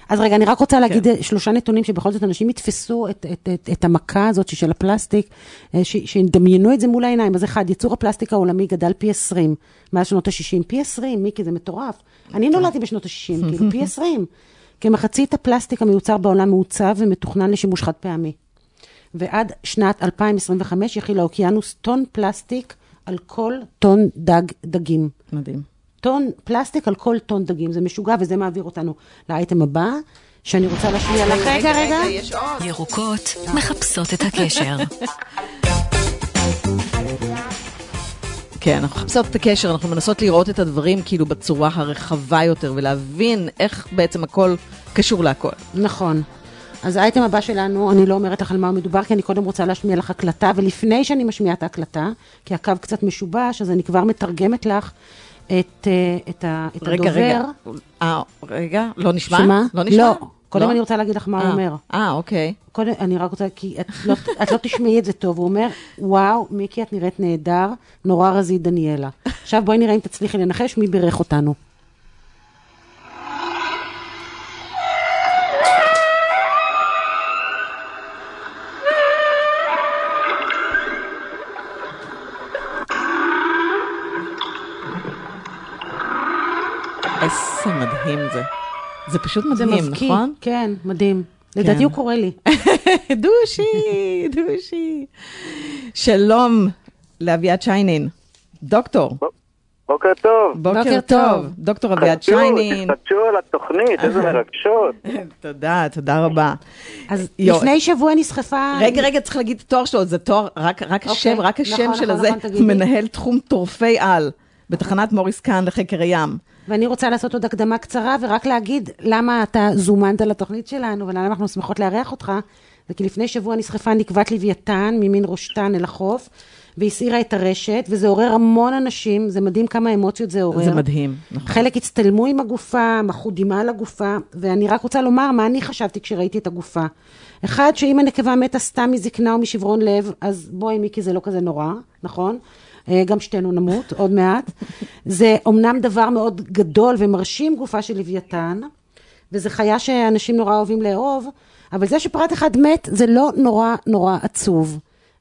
אז רגע, אני רק רוצה להגיד 3 נתונים שבכל זאת אנשים יתפסו את המכה הזאת של הפלסטיק, שדמיינו את זה מול העיניים. אז אחד, ייצור הפלסטיק העולמי גדל פי 20, מאז שנות ה-60. פי 20, מיקי, זה מטורף. אני נולדתי בשנות ה-60, כאילו פי 20. כמחצית הפלסטיק המיוצר בעולם מעוצב ומתוכנן לשימוש חד פעמי. ועד שנת 2025 יכיל האוקיינוס טון פלסטיק על כל טון דגים. מדהים. טון פלסטיק על כל טון דגים. זה משוגע, וזה מעביר אותנו לאייטם הבא, שאני רוצה להשמיע לך. רגע. ירוקות מחפשות את הקשר. כן, אנחנו מחפשות את הקשר, אנחנו מנסות לראות את הדברים כאילו בצורה הרחבה יותר, ולהבין איך בעצם הכל קשור להכל. נכון. אז האייטם הבא שלנו, אני לא אומרת לך על מה הוא מדובר, כי אני קודם רוצה להשמיע לך הקלטה, ולפני שאני משמיעה את ההקלטה, כי הקו קצת משובש, אז אני כבר מתרגמת לך את הדובר. רגע, לא נשמע? שמה? לא נשמע? לא. קודם אני רוצה להגיד לך מה הוא אומר. אוקיי. קודם, אני רק רוצה, כי את לא תשמעי את זה טוב. הוא אומר, וואו, מיקי, את נראית נהדר, נורא רזית דניאלה. עכשיו בואי נראה אם תצליחי לנחש מי בירך אותנו. איזה מדהים זה. זה פשוט מדהים, זה מבקיע, נכון? כן, מדהים. לדעתי הוא קורא לי. דושי. שלום לאביעד שיינין. דוקטור. בוקר טוב. בוקר טוב. דוקטור אביעד שיינין. תחדשו על התוכנית, איזה מרגשות. תודה רבה. אז לפני שבוע נסחפה... רגע, צריך להגיד את התואר שלו, זה תואר, רק השם של הזה, מנהל תחום טורפי על, בתחנת מוריס קאן לחקר הים. ואני רוצה לעשות עוד הקדמה קצרה, ורק להגיד למה אתה זומנת לתוכנית שלנו, ולמה אנחנו שמחות לארח אותך, זה כי לפני שבוע נסחפה נקבת לוויתן, ממין ראשתן אל החוף, והסעירה את הרשת, וזה עורר המון אנשים, זה מדהים כמה אמוציות זה עורר. זה מדהים, נכון. חלק הצטלמו עם הגופה, מחו דמעה על הגופה, ואני רק רוצה לומר מה אני חשבתי כשראיתי את הגופה. אחד, שאם הנקבה מתה סתם מזקנה או משברון לב, אז בואי מיקי, זה לא כזה נורא, נכון? גם שתינו נמות, עוד מעט. זה אומנם דבר מאוד גדול ומרשים גופה של לוויתן, וזה חיה שאנשים נורא אוהבים לאהוב, אבל זה שפרט אחד מת, זה לא נורא עצוב.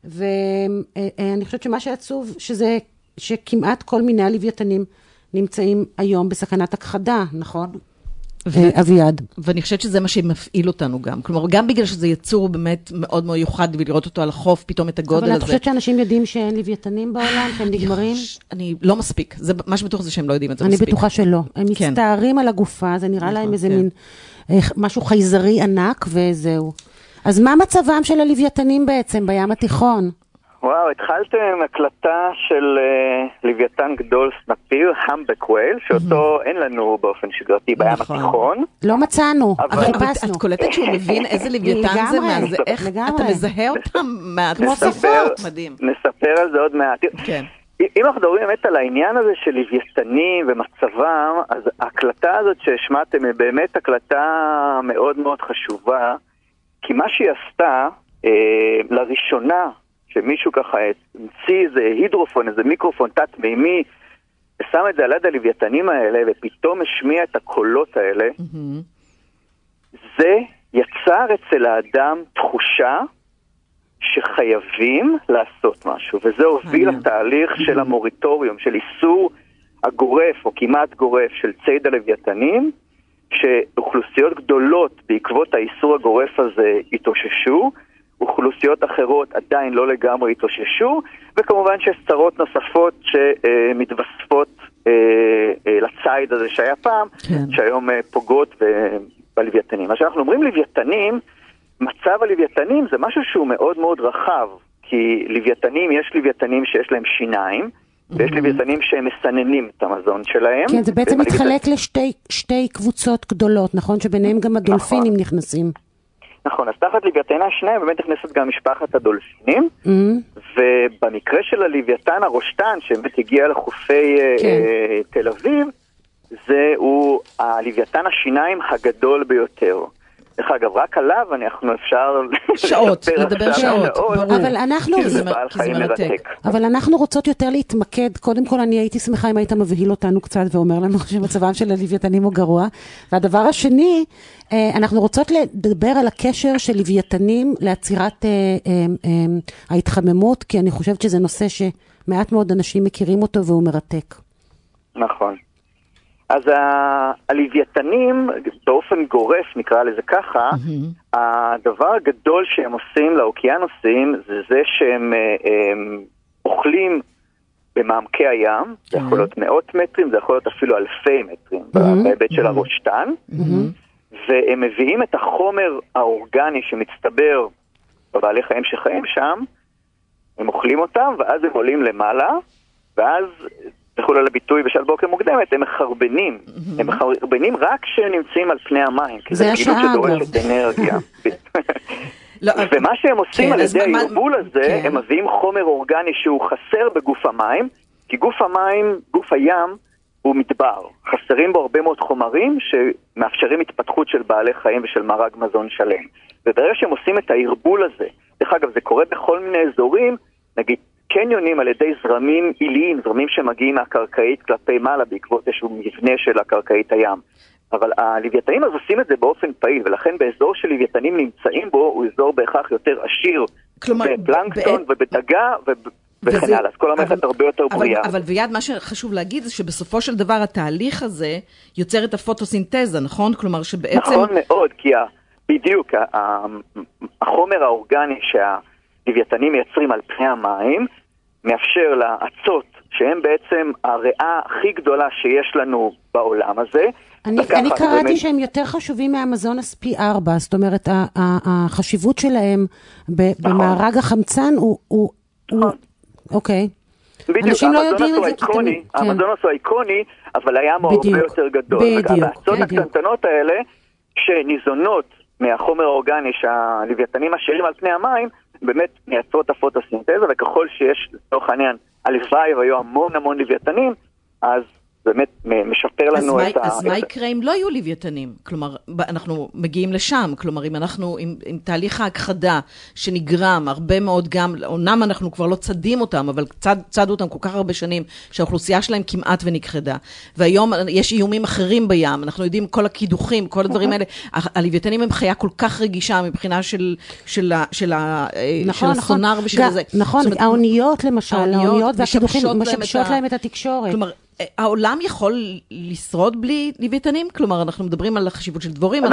ואני חושבת שמה שעצוב, שזה שכמעט כל מיני הלוויתנים נמצאים היום בסכנת הכחדה, נכון? אביעד. ואני חושבת שזה מה שמפעיל אותנו גם. כלומר, גם בגלל שזה יצור באמת מאוד מאוד יוחד, ולראות אותו על החוף, פתאום את הגודל הזה. אבל את חושבת שאנשים יודעים שאין לוויתנים בעולם, שהם נגמרים? אני לא מספיק. מה שבטוח זה שהם לא יודעים את זה מספיק. אני בטוחה שלא. הם מצטערים על הגופה, זה נראה להם איזה מין משהו חייזרי ענק, וזהו. אז מה מצבם של הלוויתנים בעצם בים התיכון? וואו, התחלתם הקלטה של לוויתן גדול סנפיר, המבק ווייל, שאותו אין לנו באופן שגרתי בים התיכון. לא מצאנו, אבל חיפשנו. את קולטת שהוא מבין איזה לוויתן זה, איך אתה מזהה אותם מהתוספות. מדהים. נספר על זה עוד מעט. כן. אם אנחנו מדברים באמת על העניין הזה של לוויתנים ומצבם, אז ההקלטה הזאת שהשמעתם היא באמת הקלטה מאוד מאוד חשובה, כי מה שהיא עשתה, לראשונה, שמישהו ככה המציא איזה הידרופון, איזה מיקרופון תת-מימי, ושם את זה על יד הלוויתנים האלה, ופתאום השמיע את הקולות האלה, זה יצר אצל האדם תחושה שחייבים לעשות משהו, וזה הוביל לתהליך של המוריטוריום, של איסור הגורף, או כמעט גורף, של ציד הלוויתנים, שאוכלוסיות גדולות בעקבות האיסור הגורף הזה התאוששו, אוכלוסיות אחרות עדיין לא לגמרי התאוששו, וכמובן שיש צרות נוספות שמתווספות לצייד הזה שהיה פעם, שהיום פוגעות בלוויתנים. מה שאנחנו אומרים לוויתנים, מצב הלוויתנים זה משהו שהוא מאוד מאוד רחב, כי לוויתנים, יש לוויתנים שיש להם שיניים, ויש לוויתנים שהם מסננים את המזון שלהם. כן, זה בעצם מתחלק לשתי קבוצות גדולות, נכון? שביניהם גם הדולפינים נכנסים. נכון, אז תחת לוויתן השניים באמת נכנסת גם משפחת הדולפינים, ובמקרה של הלוויתן הראשתן, שבאמת הגיע לחופי תל אביב, זהו הלוויתן השיניים הגדול ביותר. דרך אגב, רק עליו אנחנו אפשר שעות, לדבר שעות, ברור. אבל אנחנו, כי זה מרתק. אבל אנחנו רוצות יותר להתמקד, קודם כל אני הייתי שמחה אם היית מבהיל אותנו קצת ואומר לנו שמצבם של הלוויתנים הוא גרוע, והדבר השני, אנחנו רוצות לדבר על הקשר של לוויתנים לעצירת ההתחממות, כי אני חושבת שזה נושא שמעט מאוד אנשים מכירים אותו והוא מרתק. נכון. אז הלוויתנים, באופן גורף נקרא לזה ככה, הדבר הגדול שהם עושים לאוקיינוסים זה שהם אוכלים במעמקי הים, זה יכול להיות מאות מטרים, זה יכול להיות אפילו אלפי מטרים, בהיבט של הראשתן, והם מביאים את החומר האורגני שמצטבר בבעלי חיים שחיים שם, הם אוכלים אותם, ואז הם עולים למעלה, ואז תחול על הביטוי בשעת בוקר מוקדמת, הם מחרבנים. הם מחרבנים רק כשהם נמצאים על פני המים, כי זה פעילות שדורשת אנרגיה. ומה שהם עושים על ידי הערבול הזה, הם מביאים חומר אורגני שהוא חסר בגוף המים, כי גוף המים, גוף הים, הוא מדבר. חסרים בו הרבה מאוד חומרים שמאפשרים התפתחות של בעלי חיים ושל מארג מזון שלם. וברגע שהם עושים את הערבול הזה, דרך אגב, זה קורה בכל מיני אזורים, נגיד, קניונים על ידי זרמים עיליים, זרמים שמגיעים מהקרקעית כלפי מעלה בעקבות איזשהו מבנה של הקרקעית הים. אבל הלוויתנים אז עושים את זה באופן פעיל, ולכן באזור שלוויתנים נמצאים בו, הוא אזור בהכרח יותר עשיר בפלנקטון ובדגה וכן הלאה. אז כל המערכת הרבה יותר בריאה. אבל ויד, מה שחשוב להגיד זה שבסופו של דבר התהליך הזה יוצר את הפוטוסינתזה, נכון? כלומר שבעצם... נכון מאוד, כי בדיוק החומר האורגני לוויתנים מייצרים על פני המים, מאפשר לעצות, שהם בעצם הריאה הכי גדולה שיש לנו בעולם הזה. אני קראתי שהם יותר חשובים מהאמזונס פי 4, זאת אומרת, החשיבות שלהם במארג החמצן הוא... אוקיי. אנשים לא יודעים את זה. האמזונס הוא האיקוני, אבל הים הוא הרבה יותר גדול. העצות הקטנטנות האלה, שניזונות מהחומר האורגני שהלוויתנים משאירים על פני המים, באמת מייצרות הפוטוסינתזה, וככל שיש לצורך העניין הלוואי והיו המון לוויתנים, אז באמת משפר לנו את אז מה יקרה אם לא יהיו לוויתנים? כלומר, אנחנו מגיעים לשם, כלומר, אם אנחנו, עם תהליך ההכחדה שנגרם הרבה מאוד גם, אומנם אנחנו כבר לא צדים אותם, אבל צדו אותם כל כך הרבה שנים, שהאוכלוסייה שלהם כמעט ונכחדה. והיום יש איומים אחרים בים, אנחנו יודעים כל הקידוחים, כל הדברים האלה, הלוויתנים הם חיה כל כך רגישה מבחינה של הסונר ושל זה. נכון, האוניות למשל, האוניות והקידוחים משבשות להם את התקשורת. כלומר, העולם יכול לשרוד בלי לוויתנים? כלומר, אנחנו מדברים על החשיבות של דבורים.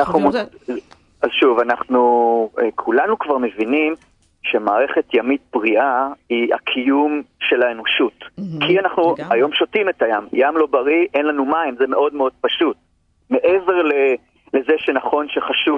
אז שוב, אנחנו כולנו כבר מבינים שמערכת ימית בריאה היא הקיום של האנושות. כי אנחנו היום שותים את הים. ים לא בריא, אין לנו מים, זה מאוד מאוד פשוט. מעבר לזה שנכון שחשוב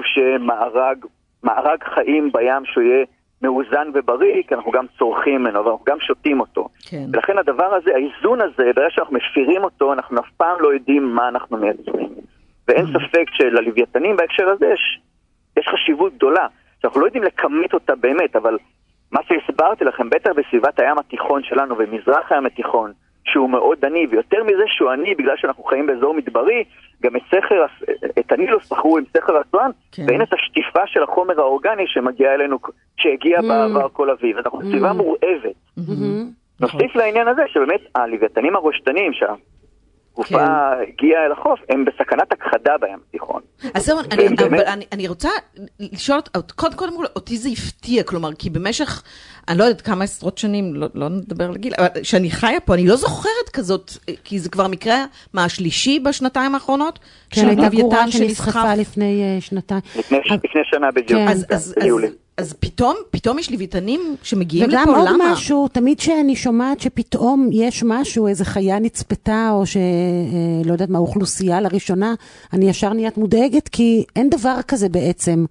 שמארג חיים בים שהוא יהיה מאוזן ובריא, כי אנחנו גם צורכים ממנו, אבל אנחנו גם שותים אותו. כן. ולכן הדבר הזה, האיזון הזה, ברגע שאנחנו מפירים אותו, אנחנו אף פעם לא יודעים מה אנחנו מייצרים. ואין ספק שללוויתנים בהקשר הזה יש חשיבות גדולה, שאנחנו לא יודעים לכמת אותה באמת, אבל מה שהסברתי לכם, בטח בסביבת הים התיכון שלנו, ומזרח הים התיכון, שהוא מאוד עני, ויותר מזה שהוא עני, בגלל שאנחנו חיים באזור מדברי, גם את הנילוס בחרו עם סכר אסואן, ואין את השטיפה של החומר האורגני שמגיע אלינו, שהגיע בעבר כל אביב. אנחנו סביבה מורעבת. נוסיף לעניין הזה שבאמת הלוויתנים הראשתנים שהגופה הגיעה אל החוף, הם בסכנת הכחדה בים התיכון. אז זהו, אני רוצה לשאול, קודם כל אותי זה הפתיע, כלומר, כי במשך, אני לא יודעת כמה עשרות שנים, לא נדבר לגיל, אבל שאני חיה פה, אני לא זוכרת כזאת, כי זה כבר מקרה השלישי בשנתיים האחרונות, כן, הייתה גורה שנסחפה לפני שנתיים. לפני שנה בדיוק, ביולי. אז פתאום יש לוויתנים שמגיעים לפה, למה? וגם עוד למה? משהו, תמיד שאני שומעת שפתאום יש משהו, איזה חיה נצפתה, או שלא יודעת מה, אוכלוסייה לראשונה, אני ישר נהיית מודאגת, כי אין דבר כזה בעצם.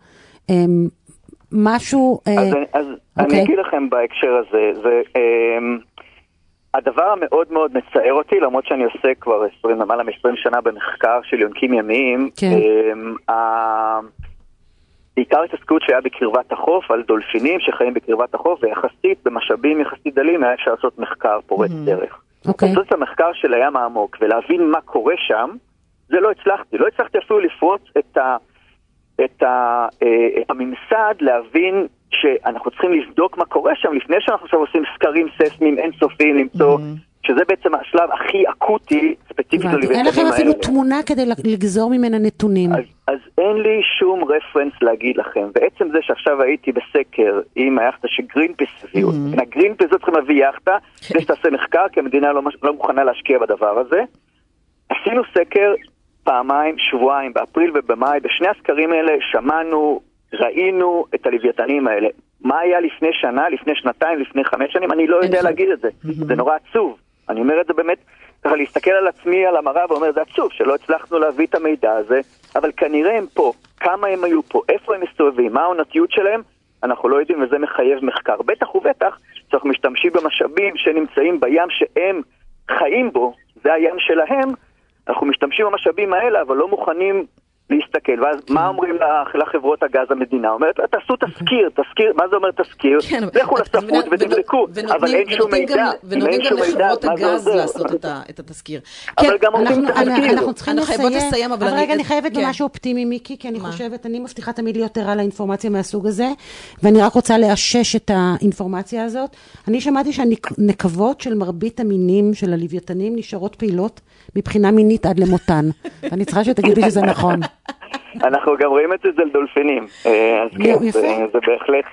משהו... אז אני אגיד לכם בהקשר הזה, הדבר המאוד מאוד מצער אותי, למרות שאני עושה כבר למעלה מ-20 שנה במחקר של יונקים ימיים, בעיקר התעסקות שהיה בקרבת החוף, על דולפינים שחיים בקרבת החוף, ויחסית, במשאבים יחסית דלים, היה אפשר לעשות מחקר פורץ דרך. לעשות את המחקר של הים העמוק, ולהבין מה קורה שם, זה לא הצלחתי. לא הצלחתי אפילו לפרוץ את הממסד להבין שאנחנו צריכים לבדוק מה קורה שם, לפני שאנחנו עכשיו עושים סקרים ססמיים אינסופיים, למצוא שזה בעצם השלב הכי אקוטי, ספציפית ללוויתנים האלה. אין לכם אפילו תמונה כדי לגזור ממנה נתונים. אז אין לי שום רפרנס להגיד לכם, בעצם זה שעכשיו הייתי בסקר עם היחטה שגרינפיס הביאו, הגרינפיס לא צריכים להביא יחטה, כדי שתעשה מחקר, כי המדינה לא מוכנה להשקיע בדבר הזה. עשינו סקר פעמיים, שבועיים, באפריל ובמאי, בשני הסקרים האלה שמענו, ראינו את הלוויתנים האלה. מה היה לפני שנה, לפני שנתיים, לפני 5 שנים? אני לא יודע להגיד את זה. זה נורא עצוב. אני אומר את זה באמת, ככה להסתכל על עצמי, על המראה, ואומר, זה עצוב שלא הצלחנו להביא את המידע הזה, אבל כנראה הם פה. כמה הם היו פה? איפה הם מסתובבים? מה העונתיות שלהם? אנחנו לא יודעים, וזה מחייב מחקר. בטח ובטח, שאנחנו משתמשים במשאבים שנמצאים בים שהם חיים בו, זה הים שלהם, אנחנו משתמשים במשאבים האלה, אבל לא מוכנים להסתכל. ואז מה אומרים לחברות הגז המדינה? אומרת, תעשו תזכיר. מה זה אומר תזכיר? לכו לספרות ותבדקו. אבל אין שום מידע. ונותנים גם לחברות הגז לעשות את התזכיר. אבל גם עושים תזכיר. אנחנו צריכים לסיים. אבל רגע, אני חייבת במשהו אופטימי, מיקי, כי אני חושבת, אני מבטיחה תמיד להיות ערה לאינפורמציה מהסוג הזה, ואני רק רוצה לאשש את האינפורמציה הזאת. אני שמעתי שהנקבות של מרבית המינים של הלוויתנים נשארות פעילות מבחינה מינית עד למותן. אני צריכה שתגידי שזה נכון. אנחנו גם רואים את זה אצל דולפינים, אז כן, זה בהחלט,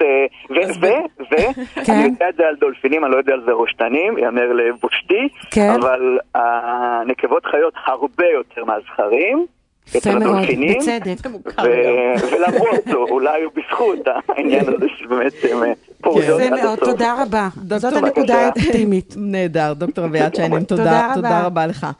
ואני יודע את זה על דולפינים, אני לא יודע על זה ראשתנים, יאמר לבושתי, אבל הנקבות חיות הרבה יותר מהזכרים, יפה מאוד, בצדק. ולמרות זו, אולי הוא בזכות העניין הזה שבאמת פוריות עד הסוף. תודה רבה, זאת הנקודה האופטימית. נהדר, דוקטור אביעד שיינין, תודה רבה לך.